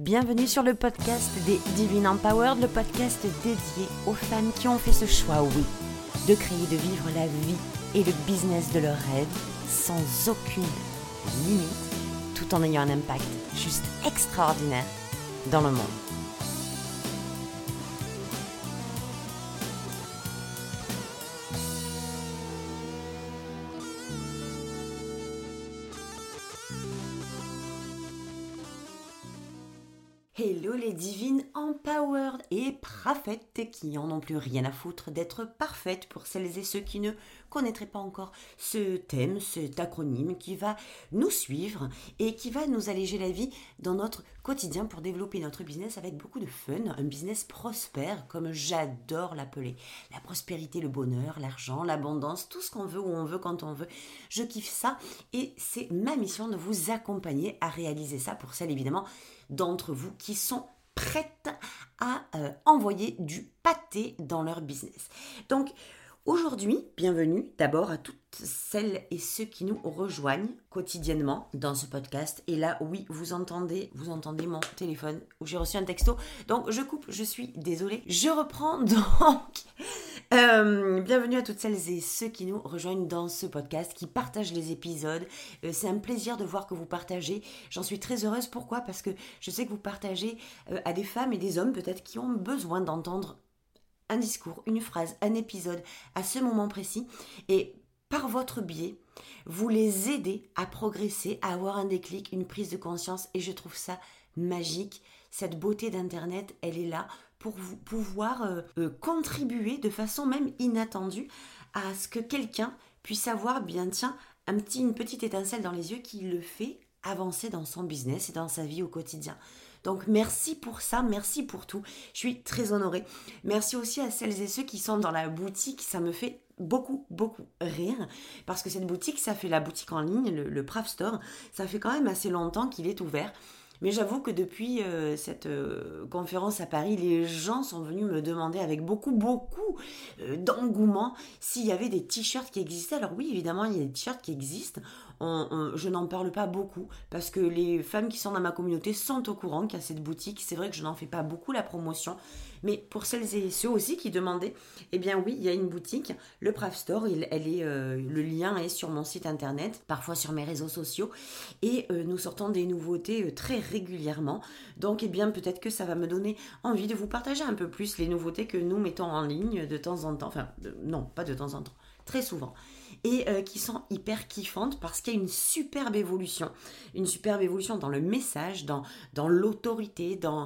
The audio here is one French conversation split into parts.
Bienvenue sur le podcast des Divine Empowered, le podcast dédié aux femmes qui ont fait ce choix, oui, de créer, de vivre la vie et le business de leurs rêves sans aucune limite, tout en ayant un impact juste extraordinaire dans le monde. Hello les divines empowered et parfaites qui en ont plus rien à foutre d'être parfaites pour celles et ceux qui ne connaîtraient pas encore ce thème, cet acronyme qui va nous suivre et qui va nous alléger la vie dans notre quotidien pour développer notre business avec beaucoup de fun, un business prospère comme j'adore l'appeler. La prospérité, le bonheur, l'argent, l'abondance, tout ce qu'on veut, où on veut, quand on veut. Je kiffe ça et c'est ma mission de vous accompagner à réaliser ça pour celles évidemment d'entre vous qui sont prêtes à envoyer du pâté dans leur business. Donc aujourd'hui, bienvenue d'abord à toutes celles et ceux qui nous rejoignent quotidiennement dans ce podcast. Et là, oui, vous entendez mon téléphone où j'ai reçu un texto. Donc je coupe, je suis désolée. Je reprends donc. Bienvenue à toutes celles et ceux qui nous rejoignent dans ce podcast, qui partagent les épisodes. C'est un plaisir de voir que vous partagez. J'en suis très heureuse. Pourquoi ? Parce que je sais que vous partagez à des femmes et des hommes peut-être qui ont besoin d'entendre un discours, une phrase, un épisode à ce moment précis. Et par votre biais, vous les aidez à progresser, à avoir un déclic, une prise de conscience. Et je trouve ça magique. Cette beauté d'Internet, elle est là pour vous pouvoir contribuer de façon même inattendue à ce que quelqu'un puisse avoir, bien tiens, une petite étincelle dans les yeux qui le fait avancer dans son business et dans sa vie au quotidien. Donc merci pour ça, merci pour tout. Je suis très honorée. Merci aussi à celles et ceux qui sont dans la boutique, ça me fait beaucoup rire parce que cette boutique, ça fait la boutique en ligne, le Prav Store, ça fait quand même assez longtemps qu'il est ouvert. Mais j'avoue que depuis cette conférence à Paris, les gens sont venus me demander avec beaucoup d'engouement s'il y avait des t-shirts qui existaient. Alors oui, évidemment, il y a des t-shirts qui existent. Je n'en parle pas beaucoup parce que les femmes qui sont dans ma communauté sont au courant qu'il y a cette boutique. C'est vrai que je n'en fais pas beaucoup la promotion. Mais pour celles et ceux aussi qui demandaient, eh bien oui, il y a une boutique, le Prav Store, le lien est sur mon site internet, parfois sur mes réseaux sociaux, et nous sortons des nouveautés très régulièrement. Donc eh bien peut-être que ça va me donner envie de vous partager un peu plus les nouveautés que nous mettons en ligne de temps en temps, non, pas de temps en temps, très souvent, et qui sont hyper kiffantes parce qu'il y a une superbe évolution dans le message, dans l'autorité, dans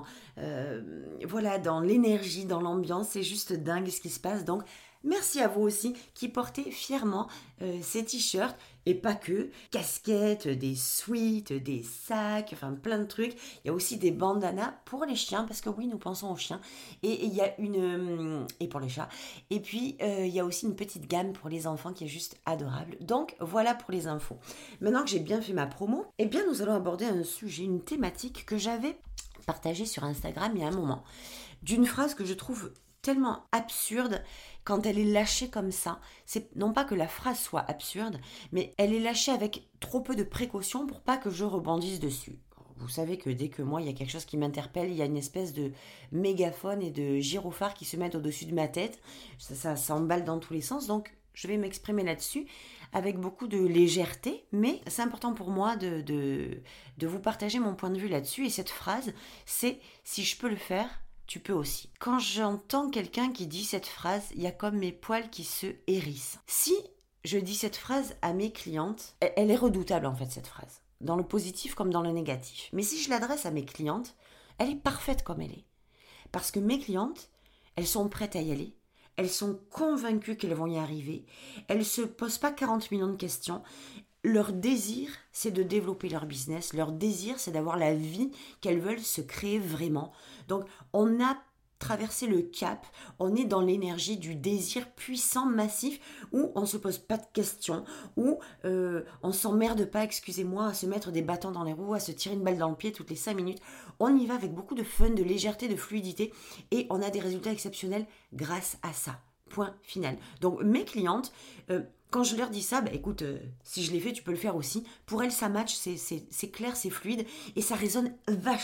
l'énergie, dans l'ambiance. C'est juste dingue ce qui se passe. Donc merci à vous aussi qui portez fièrement ces t-shirts et pas que, casquettes, des sweats, des sacs, enfin plein de trucs. Il y a aussi des bandanas pour les chiens parce que oui, nous pensons aux chiens. Et il y a et pour les chats. Et puis il y a aussi une petite gamme pour les enfants qui est juste adorable. Donc voilà pour les infos. Maintenant que j'ai bien fait ma promo, eh bien nous allons aborder un sujet, une thématique que j'avais partagée sur Instagram il y a un moment, d'une phrase que je trouve tellement absurde quand elle est lâchée comme ça. C'est non pas que la phrase soit absurde, mais elle est lâchée avec trop peu de précautions pour pas que je rebondisse dessus. Vous savez que dès que moi il y a quelque chose qui m'interpelle, il y a une espèce de mégaphone et de gyrophare qui se mettent au-dessus de ma tête. Ça s'emballe dans tous les sens, donc je vais m'exprimer là-dessus avec beaucoup de légèreté, mais c'est important pour moi de vous partager mon point de vue là-dessus. Et cette phrase, c'est « si je peux le faire, tu peux aussi ». Quand j'entends quelqu'un qui dit cette phrase, il y a comme mes poils qui se hérissent. Si je dis cette phrase à mes clientes, elle est redoutable en fait cette phrase, dans le positif comme dans le négatif. Mais si je l'adresse à mes clientes, elle est parfaite comme elle est. Parce que mes clientes, elles sont prêtes à y aller. Elles sont convaincues qu'elles vont y arriver. Elles ne se posent pas 40 millions de questions. Leur désir, c'est de développer leur business. Leur désir, c'est d'avoir la vie qu'elles veulent se créer vraiment. Donc, on a traversé le cap. On est dans l'énergie du désir puissant, massif, où on ne se pose pas de questions, où on ne s'emmerde pas, excusez-moi, à se mettre des bâtons dans les roues, à se tirer une balle dans le pied toutes les 5 minutes. On y va avec beaucoup de fun, de légèreté, de fluidité, et on a des résultats exceptionnels grâce à ça. Point final. Donc, mes clientes... quand je leur dis ça, écoute, si je l'ai fait, tu peux le faire aussi. Pour elles, ça match, c'est clair, c'est fluide et ça résonne vachement.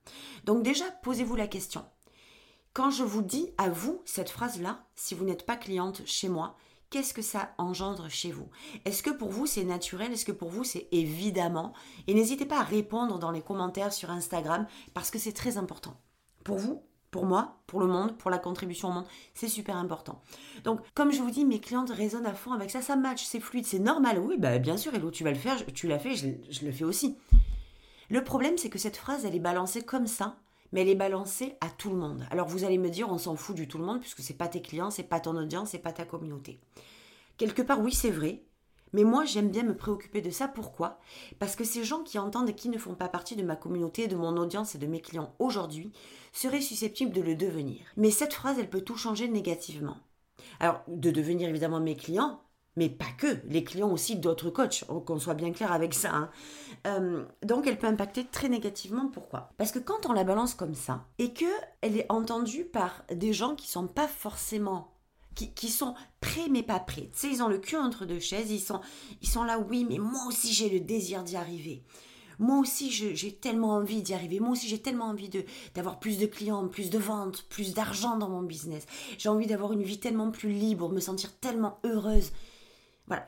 Donc déjà, posez-vous la question. Quand je vous dis à vous cette phrase-là, si vous n'êtes pas cliente chez moi, qu'est-ce que ça engendre chez vous? Est-ce que pour vous c'est naturel? Est-ce que pour vous c'est évidemment? Et n'hésitez pas à répondre dans les commentaires sur Instagram parce que c'est très important. Pour vous, pour moi, pour le monde, pour la contribution au monde, c'est super important. Donc, comme je vous dis, mes clientes résonnent à fond avec ça, ça match, c'est fluide, c'est normal. Oui, bien sûr, Hello, tu vas le faire, tu l'as fait, je le fais aussi. Le problème, c'est que cette phrase, elle est balancée comme ça, mais elle est balancée à tout le monde. Alors vous allez me dire, on s'en fout du tout le monde, puisque c'est pas tes clients, c'est pas ton audience, c'est pas ta communauté. Quelque part, oui, c'est vrai, mais moi, j'aime bien me préoccuper de ça. Pourquoi? Parce que ces gens qui entendent et qui ne font pas partie de ma communauté, de mon audience et de mes clients aujourd'hui, seraient susceptibles de le devenir. Mais cette phrase, elle peut tout changer négativement. Alors, de devenir évidemment mes clients, mais pas que, les clients aussi d'autres coachs, qu'on soit bien clair avec ça. Donc elle peut impacter très négativement. Pourquoi? Parce que quand on la balance comme ça, et qu'elle est entendue par des gens qui sont pas forcément, qui sont prêts mais pas prêts, tu sais, ils ont le cul entre deux chaises, ils sont là, oui, mais moi aussi j'ai le désir d'y arriver. Moi aussi, j'ai tellement envie d'y arriver. Moi aussi, j'ai tellement envie d'avoir plus de clients, plus de ventes, plus d'argent dans mon business. J'ai envie d'avoir une vie tellement plus libre, me sentir tellement heureuse. Voilà.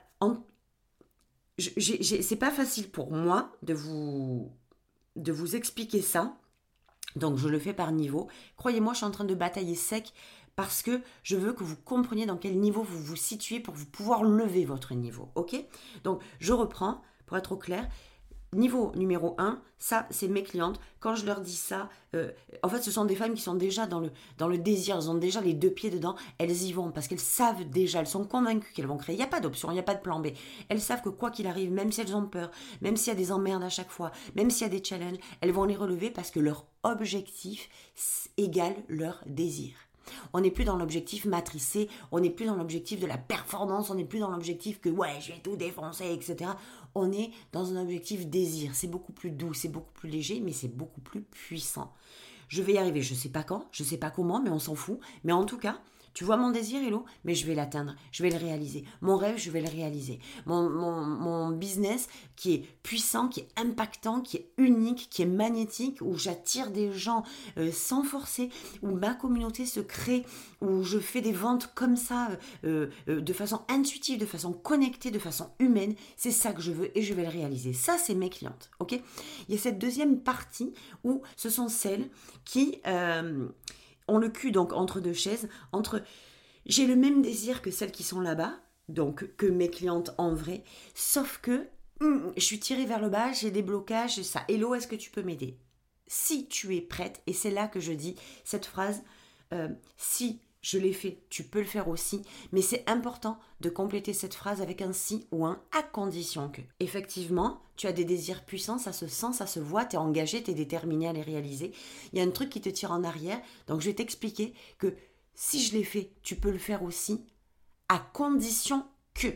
C'est pas facile pour moi de vous expliquer ça. Donc, je le fais par niveau. Croyez-moi, je suis en train de batailler sec parce que je veux que vous compreniez dans quel niveau vous vous situez pour vous pouvoir lever votre niveau. Ok? Donc, je reprends pour être au clair. Niveau numéro 1, ça, c'est mes clientes. Quand je leur dis ça, en fait, ce sont des femmes qui sont déjà dans le désir, elles ont déjà les deux pieds dedans, elles y vont parce qu'elles savent déjà, elles sont convaincues qu'elles vont créer. Il n'y a pas d'option, il n'y a pas de plan B. Elles savent que quoi qu'il arrive, même si elles ont peur, même s'il y a des emmerdes à chaque fois, même s'il y a des challenges, elles vont les relever parce que leur objectif égale leur désir. On n'est plus dans l'objectif matricé, on n'est plus dans l'objectif de la performance, on n'est plus dans l'objectif que ouais, je vais tout défoncer, etc. On est dans un objectif désir. C'est beaucoup plus doux, c'est beaucoup plus léger, mais c'est beaucoup plus puissant. Je vais y arriver, je ne sais pas quand, je ne sais pas comment, mais on s'en fout. Mais en tout cas, tu vois mon désir, Hello, mais je vais l'atteindre, je vais le réaliser. Mon rêve, je vais le réaliser. Mon business qui est puissant, qui est impactant, qui est unique, qui est magnétique, où j'attire des gens sans forcer, où ma communauté se crée, où je fais des ventes comme ça, de façon intuitive, de façon connectée, de façon humaine. C'est ça que je veux et je vais le réaliser. Ça, c'est mes clientes, ok? Il y a cette deuxième partie où ce sont celles qui... ont le cul donc entre deux chaises, j'ai le même désir que celles qui sont là-bas, donc que mes clientes en vrai, sauf que je suis tirée vers le bas, j'ai des blocages, et ça. Hello, est-ce que tu peux m'aider? Si tu es prête, et c'est là que je dis cette phrase, si je l'ai fait, tu peux le faire aussi, mais c'est important de compléter cette phrase avec un si ou un à condition que. Effectivement, tu as des désirs puissants, ça se sent, ça se voit, tu es engagé, tu es déterminé à les réaliser. Il y a un truc qui te tire en arrière, donc je vais t'expliquer que si je l'ai fait, tu peux le faire aussi, à condition que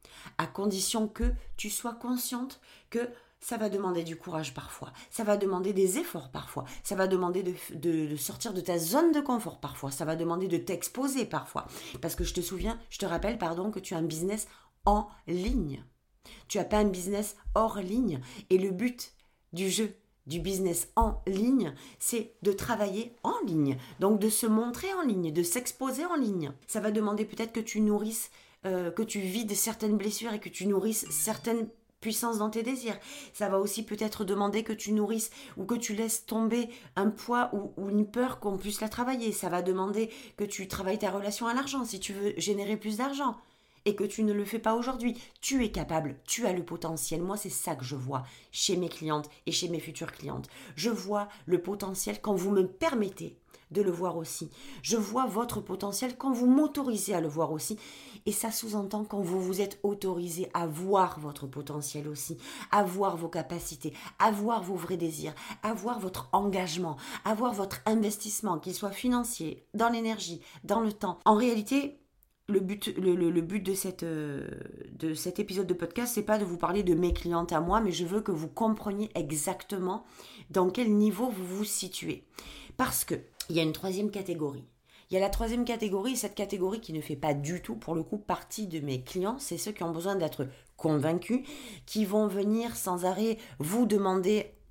tu sois consciente que ça va demander du courage parfois, ça va demander des efforts parfois, ça va demander de sortir de ta zone de confort parfois, ça va demander de t'exposer parfois. Parce que je te rappelle, que tu as un business en ligne. Tu n'as pas un business hors ligne. Et le but du jeu, du business en ligne, c'est de travailler en ligne. Donc de se montrer en ligne, de s'exposer en ligne. Ça va demander peut-être que tu nourrisses, que tu vides certaines blessures et que tu nourrisses certaines puissance dans tes désirs. Ça va aussi peut-être demander que tu nourrisses ou que tu laisses tomber un poids ou une peur qu'on puisse la travailler. Ça va demander que tu travailles ta relation à l'argent si tu veux générer plus d'argent et que tu ne le fais pas aujourd'hui. Tu es capable, tu as le potentiel. Moi, c'est ça que je vois chez mes clientes et chez mes futures clientes. Je vois le potentiel quand vous me permettez de le voir aussi. Je vois votre potentiel quand vous m'autorisez à le voir aussi. Et ça sous-entend quand vous vous êtes autorisé à voir votre potentiel aussi, à voir vos capacités, à voir vos vrais désirs, à voir votre engagement, à voir votre investissement, qu'il soit financier, dans l'énergie, dans le temps. En réalité, le but de cet épisode de podcast, c'est pas de vous parler de mes clientes à moi, mais je veux que vous compreniez exactement dans quel niveau vous vous situez. Parce que il y a une troisième catégorie. Il y a la troisième catégorie, cette catégorie qui ne fait pas du tout, pour le coup, partie de mes clients. C'est ceux qui ont besoin d'être convaincus, qui vont venir sans arrêt vous demander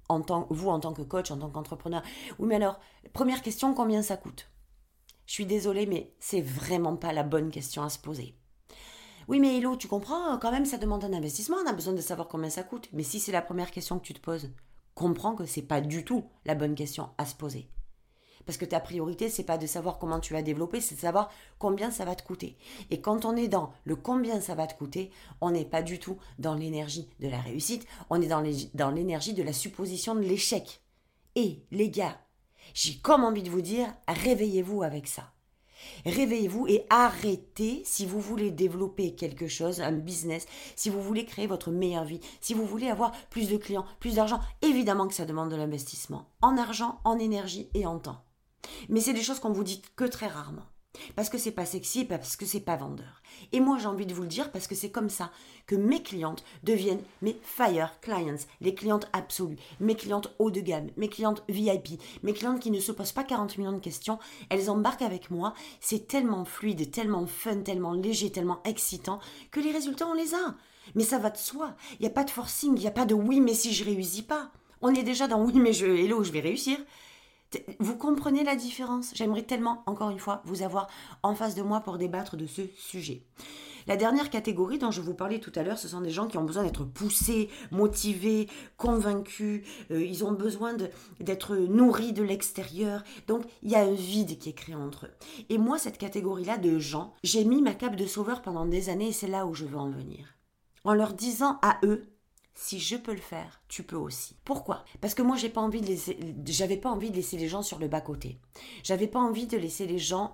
vous en tant que coach, en tant qu'entrepreneur. Oui, mais alors, première question, combien ça coûte? Je suis désolée, mais c'est vraiment pas la bonne question à se poser. Oui, mais Hello, tu comprends, quand même, ça demande un investissement, on a besoin de savoir combien ça coûte. Mais si c'est la première question que tu te poses, comprends que c'est pas du tout la bonne question à se poser. Parce que ta priorité, c'est pas de savoir comment tu vas développer, c'est de savoir combien ça va te coûter. Et quand on est dans le combien ça va te coûter, on n'est pas du tout dans l'énergie de la réussite, on est dans l'énergie de la supposition de l'échec. Et les gars, j'ai comme envie de vous dire, réveillez-vous avec ça. Réveillez-vous et arrêtez, si vous voulez développer quelque chose, un business, si vous voulez créer votre meilleure vie, si vous voulez avoir plus de clients, plus d'argent, évidemment que ça demande de l'investissement, en argent, en énergie et en temps. Mais c'est des choses qu'on vous dit que très rarement. Parce que c'est pas sexy, parce que c'est pas vendeur. Et moi j'ai envie de vous le dire parce que c'est comme ça que mes clientes deviennent mes fire clients, les clientes absolues, mes clientes haut de gamme, mes clientes VIP, mes clientes qui ne se posent pas 40 millions de questions, elles embarquent avec moi, c'est tellement fluide, tellement fun, tellement léger, tellement excitant que les résultats on les a. Mais ça va de soi, il n'y a pas de forcing, il n'y a pas de oui mais si je réussis pas. On est déjà dans oui mais hello je vais réussir. Vous comprenez la différence? J'aimerais tellement, encore une fois, vous avoir en face de moi pour débattre de ce sujet. La dernière catégorie dont je vous parlais tout à l'heure, ce sont des gens qui ont besoin d'être poussés, motivés, convaincus. Ils ont besoin d'être nourris de l'extérieur. Donc, il y a un vide qui est créé entre eux. Et moi, cette catégorie-là de gens, j'ai mis ma cape de sauveur pendant des années et c'est là où je veux en venir. En leur disant à eux, si je peux le faire, tu peux aussi. Pourquoi? Parce que moi, j'avais pas envie de laisser les gens sur le bas-côté. J'avais pas envie de laisser les gens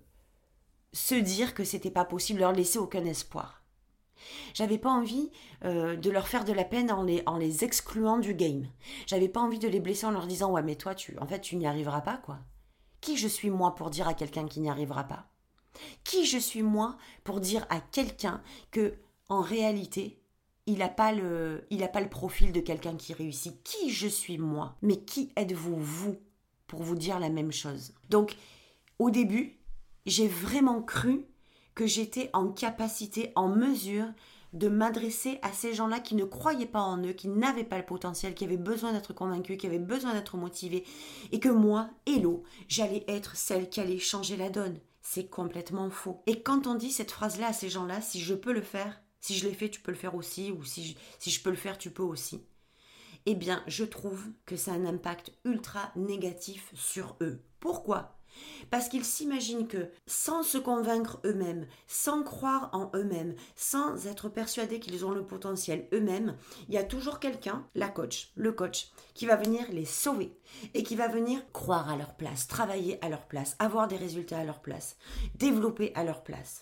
se dire que c'était pas possible, leur laisser aucun espoir. J'avais pas envie de leur faire de la peine en les excluant du game. J'avais pas envie de les blesser en leur disant ouais mais toi tu n'y arriveras pas quoi. Qui je suis moi pour dire à quelqu'un qui n'y arrivera pas? Qui je suis moi pour dire à quelqu'un que en réalité il n'a pas le profil de quelqu'un qui réussit. Qui je suis moi? Mais qui êtes-vous, vous, pour vous dire la même chose? Donc, au début, j'ai vraiment cru que j'étais en capacité, en mesure de m'adresser à ces gens-là qui ne croyaient pas en eux, qui n'avaient pas le potentiel, qui avaient besoin d'être convaincus, qui avaient besoin d'être motivés, et que moi, Hello, j'allais être celle qui allait changer la donne. C'est complètement faux. Et quand on dit cette phrase-là à ces gens-là, si je peux le faire, si je l'ai fait, tu peux le faire aussi, ou si je peux le faire, tu peux aussi. Eh bien, je trouve que ça a un impact ultra négatif sur eux. Pourquoi? Parce qu'ils s'imaginent que sans se convaincre eux-mêmes, sans croire en eux-mêmes, sans être persuadés qu'ils ont le potentiel eux-mêmes, il y a toujours quelqu'un, le coach, qui va venir les sauver et qui va venir croire à leur place, travailler à leur place, avoir des résultats à leur place, développer à leur place.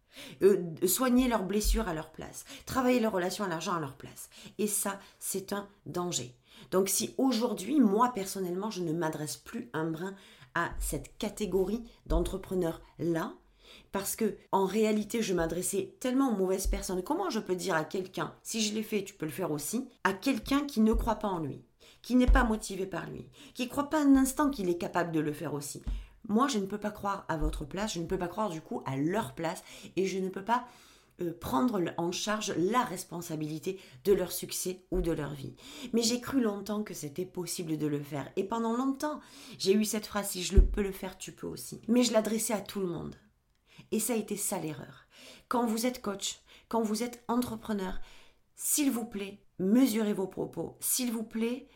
Soigner leurs blessures à leur place, travailler leur relation à l'argent à leur place. Et ça, c'est un danger. Donc si aujourd'hui, moi personnellement, je ne m'adresse plus un brin à cette catégorie d'entrepreneurs-là, parce que en réalité, je m'adressais tellement aux mauvaises personnes. Comment je peux dire à quelqu'un, si je l'ai fait, tu peux le faire aussi, à quelqu'un qui ne croit pas en lui, qui n'est pas motivé par lui, qui ne croit pas un instant qu'il est capable de le faire aussi. Moi, je ne peux pas croire à votre place, je ne peux pas croire du coup à leur place et je ne peux pas prendre en charge la responsabilité de leur succès ou de leur vie. Mais j'ai cru longtemps que c'était possible de le faire et pendant longtemps, j'ai eu cette phrase, si je peux le faire, tu peux aussi. Mais je l'adressais à tout le monde. Et ça a été ça l'erreur. Quand vous êtes coach, quand vous êtes entrepreneur, s'il vous plaît, mesurez vos propos. S'il vous plaît,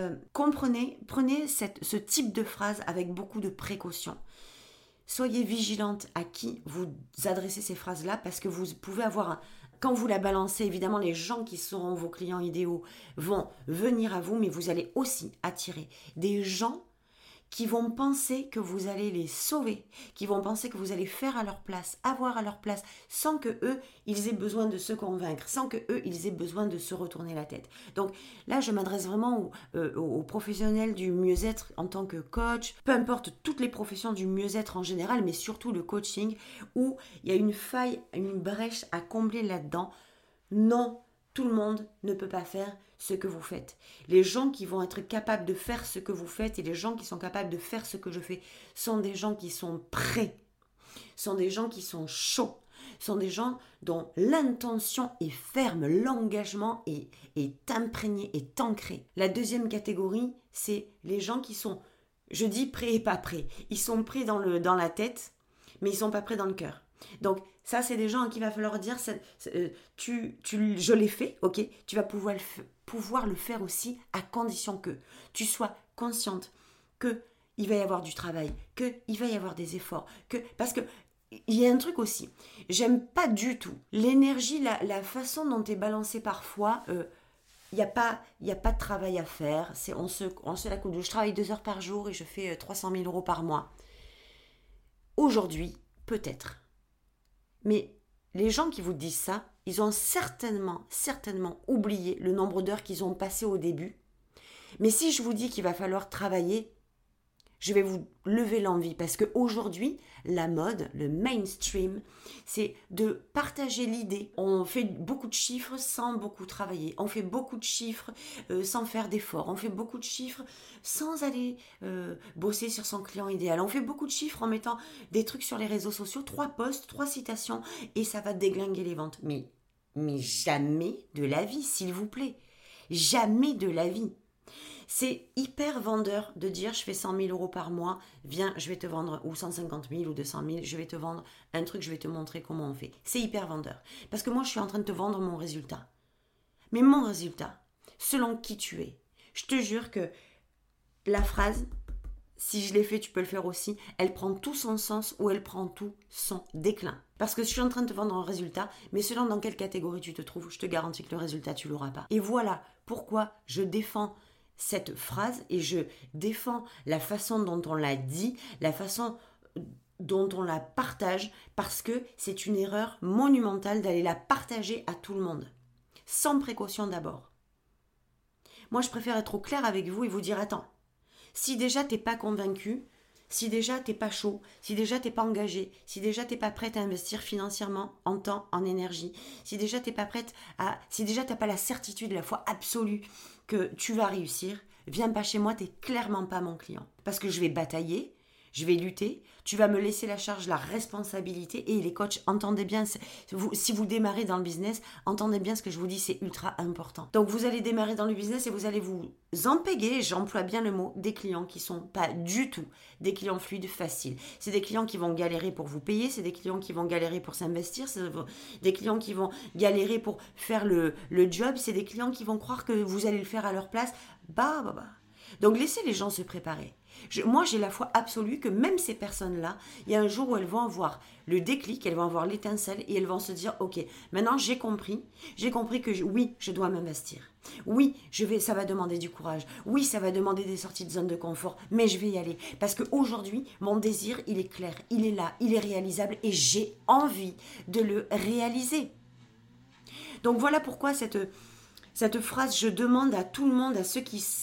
prenez ce type de phrase avec beaucoup de précaution. Soyez vigilante à qui vous adressez ces phrases-là parce que vous pouvez avoir quand vous la balancez, évidemment, les gens qui seront vos clients idéaux vont venir à vous, mais vous allez aussi attirer des gens qui vont penser que vous allez les sauver, qui vont penser que vous allez faire à leur place, avoir à leur place, sans que eux, ils aient besoin de se convaincre, sans que eux, ils aient besoin de se retourner la tête. Donc là, je m'adresse vraiment aux professionnels du mieux-être en tant que coach, peu importe toutes les professions du mieux-être en général, mais surtout le coaching, où il y a une faille, une brèche à combler là-dedans. Non, tout le monde ne peut pas faire ce que vous faites. Les gens qui vont être capables de faire ce que vous faites et les gens qui sont capables de faire ce que je fais sont des gens qui sont prêts, sont des gens qui sont chauds, sont des gens dont l'intention est ferme, l'engagement est imprégné, est ancré. La deuxième catégorie, c'est les gens qui sont, je dis prêts et pas prêts. Ils sont prêts dans la tête, mais ils sont pas prêts dans le cœur. Donc ça, c'est des gens à qui il va falloir dire, je l'ai fait, ok, tu vas pouvoir le faire aussi à condition que tu sois consciente que il va y avoir du travail, qu'il va y avoir des efforts, parce que il y a un truc aussi, j'aime pas du tout l'énergie, la façon dont tu es balancé parfois. Il n'y a pas de travail à faire, on se la coule. Je travaille 2 heures par jour et je fais 300 000 euros par mois. Aujourd'hui, peut-être. Mais les gens qui vous disent ça, ils ont certainement oublié le nombre d'heures qu'ils ont passé au début. Mais si je vous dis qu'il va falloir travailler, je vais vous lever l'envie parce qu'aujourd'hui, la mode, le mainstream, c'est de partager l'idée. On fait beaucoup de chiffres sans beaucoup travailler. On fait beaucoup de chiffres sans faire d'efforts. On fait beaucoup de chiffres sans aller bosser sur son client idéal. On fait beaucoup de chiffres en mettant des trucs sur les réseaux sociaux, 3 posts, 3 citations, et ça va déglinguer les ventes. Mais jamais de la vie, s'il vous plaît. Jamais de la vie. C'est hyper vendeur de dire je fais 100 000 euros par mois, viens, je vais te vendre, ou 150 000 ou 200 000, je vais te vendre un truc, je vais te montrer comment on fait. C'est hyper vendeur. Parce que moi, je suis en train de te vendre mon résultat. Mais mon résultat, selon qui tu es, je te jure que la phrase, si je l'ai fait, tu peux le faire aussi, elle prend tout son sens ou elle prend tout son déclin. Parce que je suis en train de te vendre un résultat, mais selon dans quelle catégorie tu te trouves, je te garantis que le résultat, tu l'auras pas. Et voilà pourquoi je défends cette phrase et je défends la façon dont on l'a dit, la façon dont on la partage, parce que c'est une erreur monumentale d'aller la partager à tout le monde. Sans précaution d'abord. Moi, je préfère être au clair avec vous et vous dire, attends, si déjà t'es pas convaincu, si déjà t'es pas chaud, si déjà t'es pas engagé, si déjà t'es pas prête à investir financièrement, en temps, en énergie, si déjà t'es pas prête si déjà t'as pas la certitude, la foi absolue que tu vas réussir, viens pas chez moi, t'es clairement pas mon client. Parce que je vais batailler, je vais lutter, tu vas me laisser la charge, la responsabilité, et les coachs, entendez bien, si vous démarrez dans le business, entendez bien ce que je vous dis, c'est ultra important. Donc vous allez démarrer dans le business et vous allez vous empéguer, j'emploie bien le mot, des clients qui sont pas du tout des clients fluides, faciles. C'est des clients qui vont galérer pour vous payer, c'est des clients qui vont galérer pour s'investir, c'est des clients qui vont galérer pour faire le job, c'est des clients qui vont croire que vous allez le faire à leur place. Donc laissez les gens se préparer. Moi, j'ai la foi absolue que même ces personnes-là, il y a un jour où elles vont avoir le déclic, elles vont avoir l'étincelle et elles vont se dire, ok, maintenant j'ai compris que oui, je dois m'investir. Oui, ça va demander du courage. Oui, ça va demander des sorties de zone de confort, mais je vais y aller. Parce qu'aujourd'hui, mon désir, il est clair, il est là, il est réalisable et j'ai envie de le réaliser. Donc voilà pourquoi cette phrase, je demande à tout le monde, à ceux qui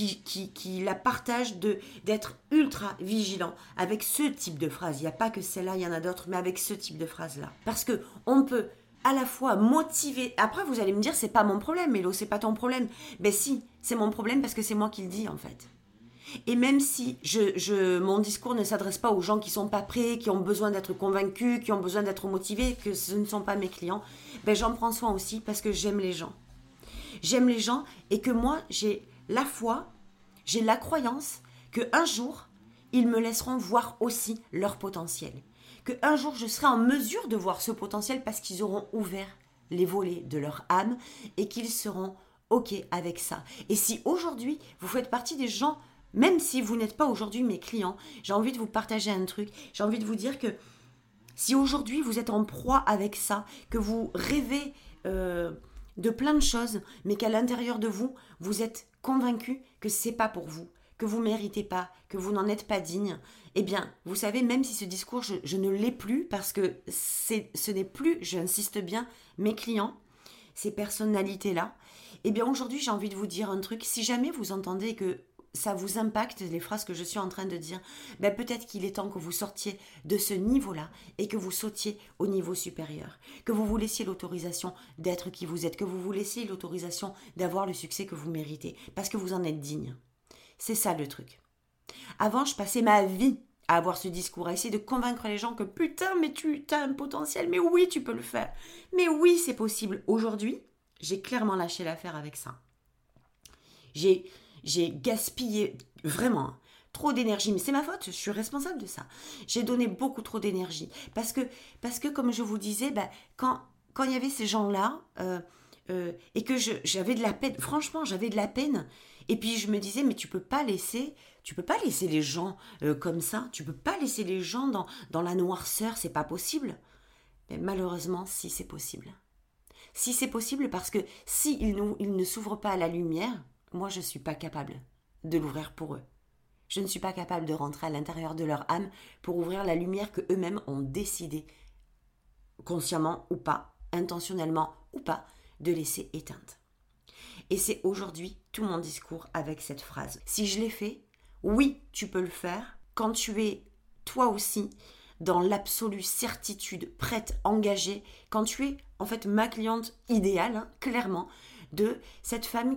la partagent, d'être ultra vigilant avec ce type de phrase. Il n'y a pas que celle-là, il y en a d'autres, mais avec ce type de phrase-là. Parce que on peut à la fois motiver. Après, vous allez me dire, c'est pas mon problème, Mélo, c'est pas ton problème. Ben si, c'est mon problème parce que c'est moi qui le dis en fait. Et même si mon discours ne s'adresse pas aux gens qui sont pas prêts, qui ont besoin d'être convaincus, qui ont besoin d'être motivés, que ce ne sont pas mes clients, ben j'en prends soin aussi parce que j'aime les gens. J'aime les gens et que moi, j'ai la foi, j'ai la croyance qu'un jour, ils me laisseront voir aussi leur potentiel. Qu'un jour, je serai en mesure de voir ce potentiel parce qu'ils auront ouvert les volets de leur âme et qu'ils seront OK avec ça. Et si aujourd'hui, vous faites partie des gens, même si vous n'êtes pas aujourd'hui mes clients, j'ai envie de vous partager un truc. J'ai envie de vous dire que si aujourd'hui, vous êtes en proie avec ça, que vous rêvez de plein de choses, mais qu'à l'intérieur de vous, vous êtes convaincu que c'est pas pour vous, que vous méritez pas, que vous n'en êtes pas digne, eh bien, vous savez, même si ce discours, je ne l'ai plus, parce que ce n'est plus, j'insiste bien, mes clients, ces personnalités-là, eh bien, aujourd'hui, j'ai envie de vous dire un truc. Si jamais vous entendez que ça vous impacte, les phrases que je suis en train de dire, ben peut-être qu'il est temps que vous sortiez de ce niveau-là et que vous sautiez au niveau supérieur, que vous vous laissiez l'autorisation d'être qui vous êtes, que vous vous laissiez l'autorisation d'avoir le succès que vous méritez, parce que vous en êtes digne. C'est ça le truc. Avant, je passais ma vie à avoir ce discours, à essayer de convaincre les gens que putain, mais tu as un potentiel, mais oui, tu peux le faire. Mais oui, c'est possible. Aujourd'hui, j'ai clairement lâché l'affaire avec ça. J'ai gaspillé vraiment trop d'énergie, mais c'est ma faute, je suis responsable de ça. J'ai donné beaucoup trop d'énergie parce que comme je vous disais, quand il y avait ces gens-là et que j'avais de la peine, franchement, j'avais de la peine. Et puis je me disais, mais tu peux pas laisser les gens comme ça. Tu peux pas laisser les gens dans la noirceur, c'est pas possible. Mais malheureusement, si c'est possible. Si c'est possible parce que si ils ne s'ouvrent pas à la lumière, moi je ne suis pas capable de l'ouvrir pour eux. Je ne suis pas capable de rentrer à l'intérieur de leur âme pour ouvrir la lumière que eux-mêmes ont décidé, consciemment ou pas, intentionnellement ou pas, de laisser éteinte. Et c'est aujourd'hui tout mon discours avec cette phrase. Si je l'ai fait, oui, tu peux le faire quand tu es toi aussi dans l'absolue certitude, prête, engagée, quand tu es en fait ma cliente idéale, hein, clairement, de cette femme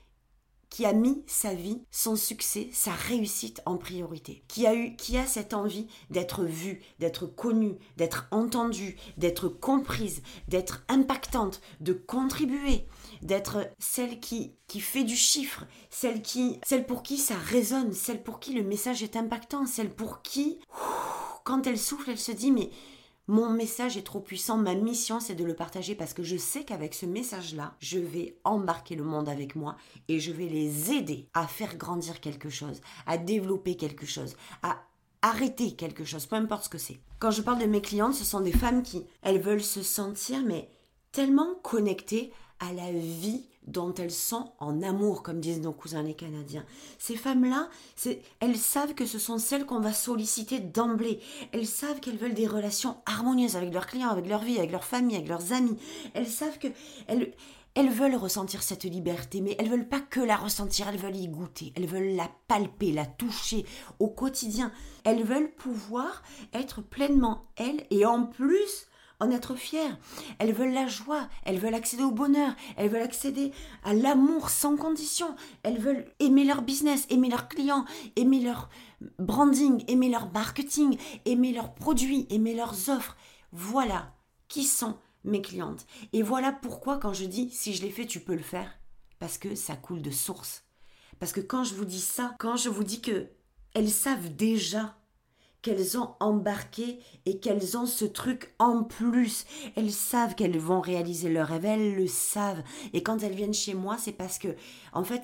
qui a mis sa vie, son succès, sa réussite en priorité, qui a cette envie d'être vue, d'être connue, d'être entendue, d'être comprise, d'être impactante, de contribuer, d'être celle qui fait du chiffre, celle pour qui ça résonne, celle pour qui le message est impactant, celle pour qui, quand elle souffle, elle se dit mais mon message est trop puissant, ma mission c'est de le partager parce que je sais qu'avec ce message-là, je vais embarquer le monde avec moi et je vais les aider à faire grandir quelque chose, à développer quelque chose, à arrêter quelque chose, peu importe ce que c'est. Quand je parle de mes clientes, ce sont des femmes qui, elles veulent se sentir mais tellement connectées à la vie dont elles sont en amour, comme disent nos cousins les Canadiens. Ces femmes-là, elles savent que ce sont celles qu'on va solliciter d'emblée. Elles savent qu'elles veulent des relations harmonieuses avec leurs clients, avec leur vie, avec leur famille, avec leurs amis. Elles savent que elles veulent ressentir cette liberté, mais elles veulent pas que la ressentir, elles veulent y goûter, elles veulent la palper, la toucher au quotidien. Elles veulent pouvoir être pleinement elles et en plus en être fières. Elles veulent la joie, elles veulent accéder au bonheur, elles veulent accéder à l'amour sans condition. Elles veulent aimer leur business, aimer leurs clients, aimer leur branding, aimer leur marketing, aimer leurs produits, aimer leurs offres. Voilà qui sont mes clientes. Et voilà pourquoi quand je dis si je l'ai fait, tu peux le faire. Parce que ça coule de source. Parce que quand je vous dis ça, quand je vous dis que elles savent déjà qu'elles ont embarqué et qu'elles ont ce truc en plus. Elles savent qu'elles vont réaliser leur rêve, elles le savent. Et quand elles viennent chez moi, c'est parce que, en fait,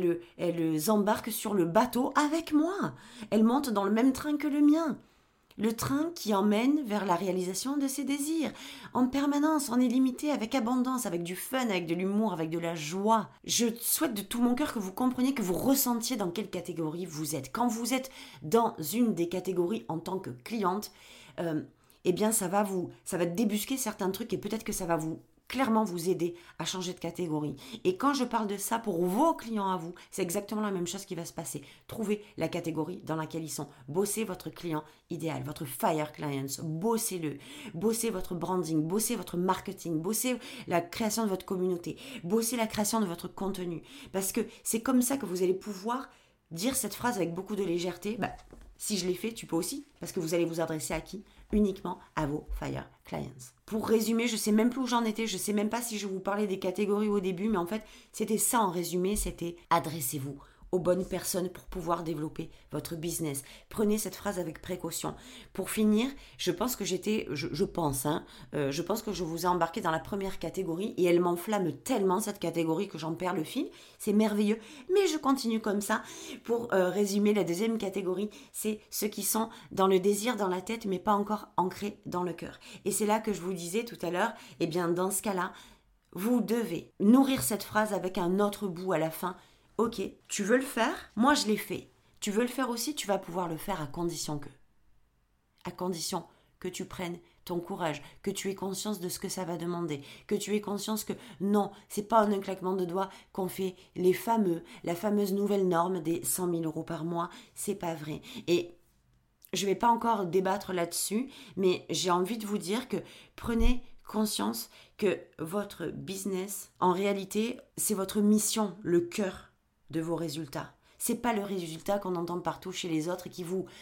elles embarquent sur le bateau avec moi. Elles montent dans le même train que le mien. Le train qui emmène vers la réalisation de ses désirs. En permanence, en illimité, avec abondance, avec du fun, avec de l'humour, avec de la joie. Je souhaite de tout mon cœur que vous compreniez, que vous ressentiez dans quelle catégorie vous êtes. Quand vous êtes dans une des catégories en tant que cliente, eh bien ça va débusquer certains trucs et peut-être que ça va clairement vous aider à changer de catégorie. Et quand je parle de ça pour vos clients à vous, c'est exactement la même chose qui va se passer. Trouvez la catégorie dans laquelle ils sont. Bossez votre client idéal, votre fire clients, bossez-le. Bossez votre branding, bossez votre marketing, bossez la création de votre communauté, bossez la création de votre contenu. Parce que c'est comme ça que vous allez pouvoir dire cette phrase avec beaucoup de légèreté. Si je l'ai fait, tu peux aussi, parce que vous allez vous adresser à qui ? Uniquement à vos fire clients. Pour résumer, je sais même plus où j'en étais, je sais même pas si je vous parlais des catégories au début, mais en fait, c'était ça en résumé, c'était adressez-vous aux bonnes personnes pour pouvoir développer votre business. Prenez cette phrase avec précaution. Pour finir, je pense que je pense que je vous ai embarqué dans la première catégorie et elle m'enflamme tellement cette catégorie que j'en perds le fil. C'est merveilleux, mais je continue comme ça. Pour résumer, la deuxième catégorie, c'est ceux qui sont dans le désir dans la tête, mais pas encore ancrés dans le cœur. Et c'est là que je vous disais tout à l'heure, eh bien dans ce cas-là, vous devez nourrir cette phrase avec un autre bout à la fin. Ok, tu veux le faire ? Moi, je l'ai fait. Tu veux le faire aussi ? Tu vas pouvoir le faire à condition que tu prennes ton courage, que tu aies conscience de ce que ça va demander, que tu aies conscience que non, c'est pas en un claquement de doigts qu'on fait la fameuse nouvelle norme des 100 000 euros par mois. C'est pas vrai. Et je vais pas encore débattre là-dessus, mais j'ai envie de vous dire que prenez conscience que votre business, en réalité, c'est votre mission, le cœur de vos résultats. C'est pas le résultat qu'on entend partout chez les autres et qui vous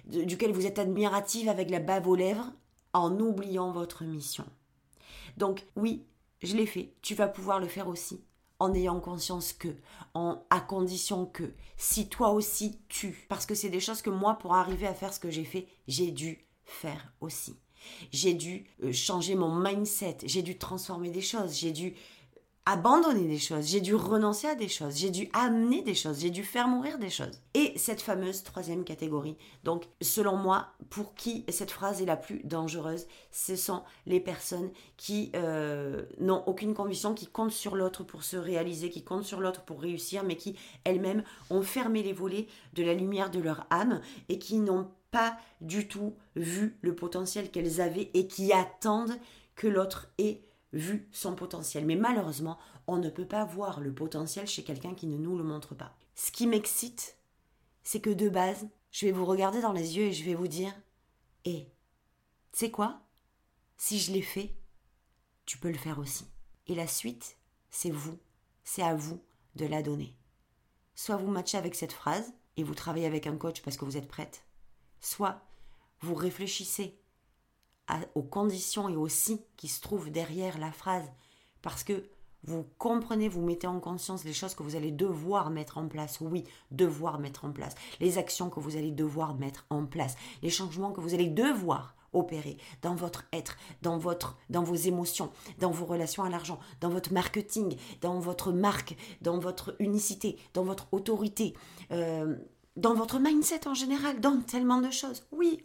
duquel vous êtes admirative avec la bave aux lèvres, en oubliant votre mission. Donc oui, je l'ai fait, tu vas pouvoir le faire aussi, en ayant conscience que, à condition que, si toi aussi parce que c'est des choses que moi, pour arriver à faire ce que j'ai fait, j'ai dû faire aussi. J'ai dû changer mon mindset, j'ai dû transformer des choses, j'ai dû abandonner des choses, j'ai dû renoncer à des choses, j'ai dû amener des choses, j'ai dû faire mourir des choses. Et cette fameuse troisième catégorie, donc selon moi, pour qui cette phrase est la plus dangereuse, ce sont les personnes qui n'ont aucune conviction, qui comptent sur l'autre pour se réaliser, qui comptent sur l'autre pour réussir, mais qui elles-mêmes ont fermé les volets de la lumière de leur âme et qui n'ont pas du tout vu le potentiel qu'elles avaient et qui attendent que l'autre ait vu son potentiel. Mais malheureusement, on ne peut pas voir le potentiel chez quelqu'un qui ne nous le montre pas. Ce qui m'excite, c'est que de base, je vais vous regarder dans les yeux et je vais vous dire « tu sais quoi ? Si je l'ai fait, tu peux le faire aussi. » Et la suite, c'est à vous de la donner. Soit vous matchez avec cette phrase et vous travaillez avec un coach parce que vous êtes prête, soit vous réfléchissez aux conditions et aux si qui se trouvent derrière la phrase, parce que vous comprenez, vous mettez en conscience les choses que vous allez devoir mettre en place, oui, devoir mettre en place, les actions que vous allez devoir mettre en place, les changements que vous allez devoir opérer dans votre être, dans vos émotions, dans vos relations à l'argent, dans votre marketing, dans votre marque, dans votre unicité, dans votre autorité, dans votre mindset en général, dans tellement de choses. Oui.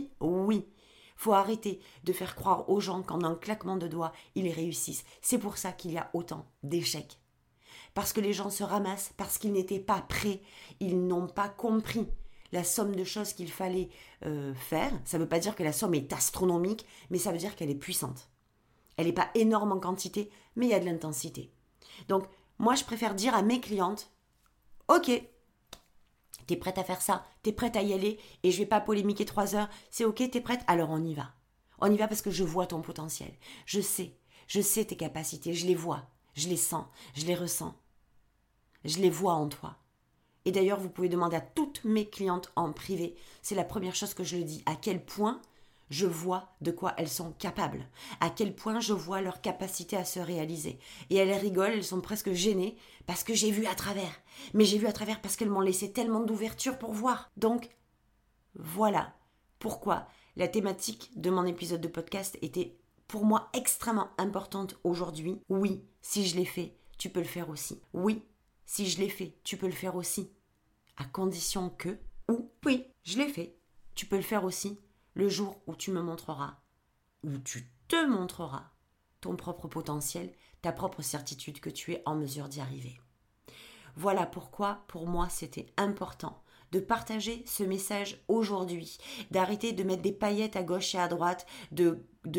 Faut arrêter de faire croire aux gens qu'en un claquement de doigts, ils réussissent. C'est pour ça qu'il y a autant d'échecs. Parce que les gens se ramassent, parce qu'ils n'étaient pas prêts, ils n'ont pas compris la somme de choses qu'il fallait faire. Ça ne veut pas dire que la somme est astronomique, mais ça veut dire qu'elle est puissante. Elle n'est pas énorme en quantité, mais il y a de l'intensité. Donc, moi, je préfère dire à mes clientes, « Ok, t'es prête à faire ça, t'es prête à y aller, et je vais pas polémiquer 3 heures, c'est ok, t'es prête, alors on y va. On y va parce que je vois ton potentiel. Je sais tes capacités, je les vois, je les sens, je les ressens. Je les vois en toi. Et d'ailleurs, vous pouvez demander à toutes mes clientes en privé, c'est la première chose que je le dis, à quel point je vois de quoi elles sont capables, à quel point je vois leur capacité à se réaliser. Et elles rigolent, elles sont presque gênées parce que j'ai vu à travers. Mais j'ai vu à travers parce qu'elles m'ont laissé tellement d'ouverture pour voir. Donc, voilà pourquoi la thématique de mon épisode de podcast était pour moi extrêmement importante aujourd'hui. Oui, si je l'ai fait, tu peux le faire aussi. Oui, si je l'ai fait, tu peux le faire aussi. À condition que, ou oui, je l'ai fait, tu peux le faire aussi. Le jour où tu me montreras, où tu te montreras ton propre potentiel, ta propre certitude que tu es en mesure d'y arriver. Voilà pourquoi, pour moi, c'était important de partager ce message aujourd'hui, d'arrêter de mettre des paillettes à gauche et à droite, de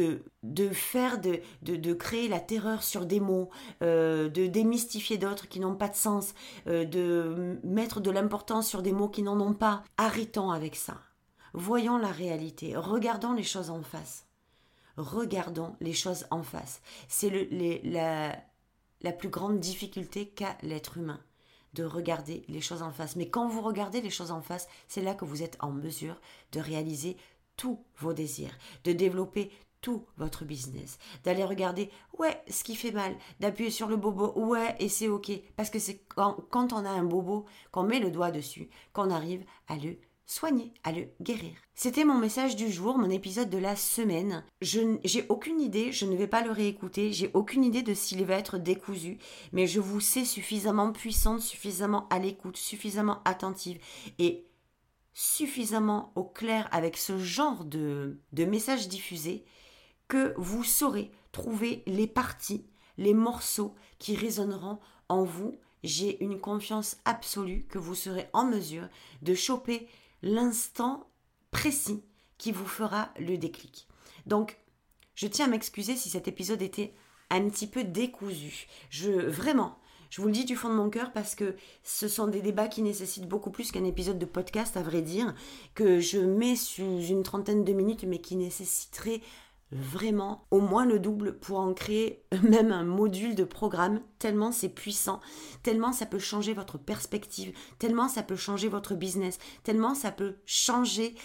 créer la terreur sur des mots, de démystifier d'autres qui n'ont pas de sens, de mettre de l'importance sur des mots qui n'en ont pas. Arrêtons avec ça. Voyons la réalité, regardons les choses en face. Regardons les choses en face. C'est la plus grande difficulté qu'a l'être humain, de regarder les choses en face. Mais quand vous regardez les choses en face, c'est là que vous êtes en mesure de réaliser tous vos désirs, de développer tout votre business, d'aller regarder, ce qui fait mal, d'appuyer sur le bobo, et c'est ok. Parce que c'est quand on a un bobo, qu'on met le doigt dessus, qu'on arrive à le soigner, à le guérir. C'était mon message du jour, mon épisode de la semaine. J'ai aucune idée, je ne vais pas le réécouter, j'ai aucune idée de s'il va être décousu, mais je vous sais suffisamment puissante, suffisamment à l'écoute, suffisamment attentive et suffisamment au clair avec ce genre de messages diffusés que vous saurez trouver les parties, les morceaux qui résonneront en vous. J'ai une confiance absolue que vous serez en mesure de choper l'instant précis qui vous fera le déclic. Donc, je tiens à m'excuser si cet épisode était un petit peu décousu. Vraiment, je vous le dis du fond de mon cœur parce que ce sont des débats qui nécessitent beaucoup plus qu'un épisode de podcast, à vrai dire, que je mets sous une 30aine de minutes, mais qui nécessiteraient vraiment au moins le double pour en créer même un module de programme, tellement c'est puissant, tellement ça peut changer votre perspective, tellement ça peut changer votre business, tellement ça peut changer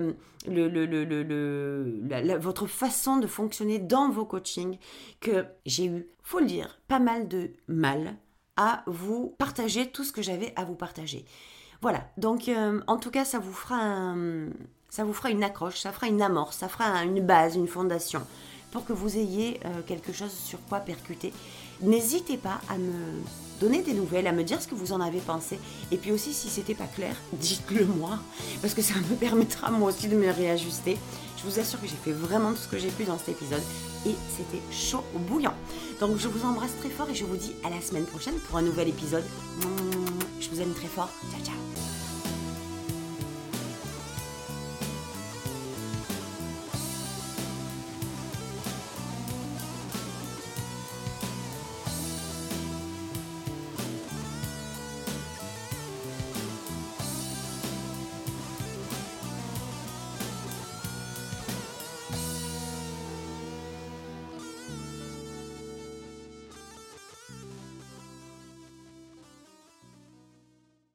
votre façon de fonctionner dans vos coachings, que j'ai eu, faut le dire, pas mal de mal à vous partager tout ce que j'avais à vous partager. Voilà, donc en tout cas, ça vous fera une accroche, ça fera une amorce, ça fera une base, une fondation pour que vous ayez quelque chose sur quoi percuter. N'hésitez pas à me donner des nouvelles, à me dire ce que vous en avez pensé. Et puis aussi, si c'était pas clair, dites-le moi, parce que ça me permettra moi aussi de me réajuster. Je vous assure que j'ai fait vraiment tout ce que j'ai pu dans cet épisode et c'était chaud bouillant. Donc je vous embrasse très fort et je vous dis à la semaine prochaine pour un nouvel épisode. Je vous aime très fort. Ciao, ciao.